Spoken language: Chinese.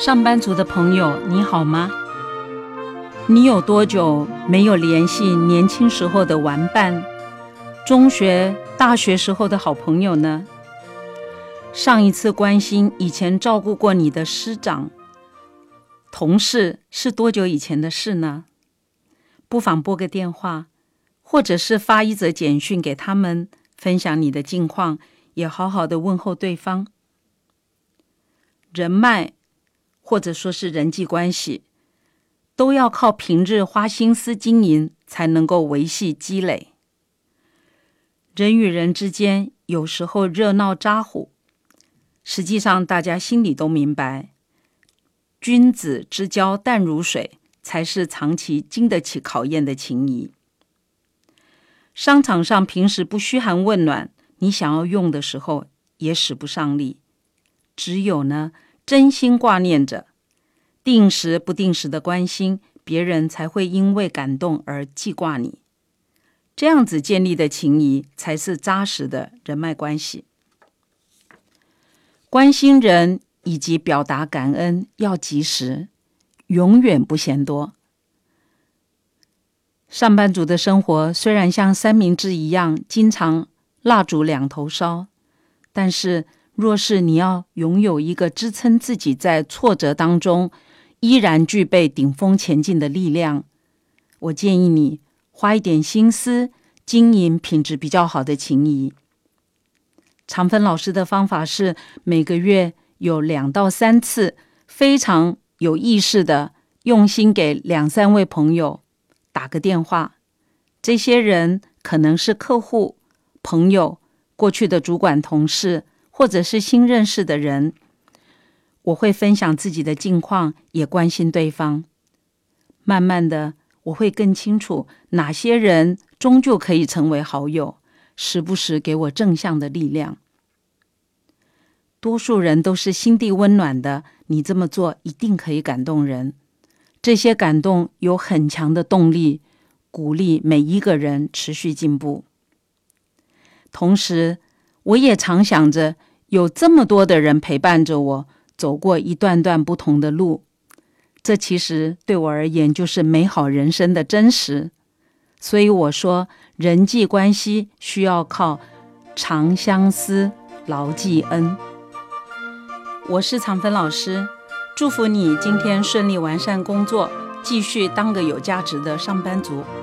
上班族的朋友，你好吗？你有多久没有联系年轻时候的玩伴、中学、大学时候的好朋友呢？上一次关心以前照顾过你的师长、同事是多久以前的事呢？不妨拨个电话，或者是发一则简讯给他们，分享你的近况，也好好的问候对方。人脉或者说是人际关系，都要靠平日花心思经营才能够维系积累。人与人之间有时候热闹咋呼，实际上大家心里都明白，君子之交淡如水，才是长期经得起考验的情谊。商场上平时不嘘寒问暖，你想要用的时候也使不上力。只有呢，真心挂念着，定时不定时的关心，别人才会因为感动而记挂你。这样子建立的情谊，才是扎实的人脉关系。关心人以及表达感恩要及时，永远不嫌多。上班族的生活虽然像三明治一样，经常蜡烛两头烧，但是若是你要拥有一个支撑自己在挫折当中依然具备顶峰前进的力量，我建议你花一点心思经营品质比较好的情谊。长芬老师的方法是每个月有2到3次非常有意识的用心给2、3位朋友打个电话。这些人可能是客户、朋友、过去的主管同事，或者是新认识的人。我会分享自己的近况，也关心对方。慢慢的，我会更清楚哪些人终究可以成为好友，时不时给我正向的力量。多数人都是心地温暖的，你这么做一定可以感动人。这些感动有很强的动力，鼓励每一个人持续进步。同时，我也常想着，有这么多的人陪伴着我，走过一段段不同的路，这其实对我而言就是美好人生的真实。所以我说，人际关系需要靠长相思、牢记恩。我是长芬老师，祝福你今天顺利完善工作，继续当个有价值的上班族。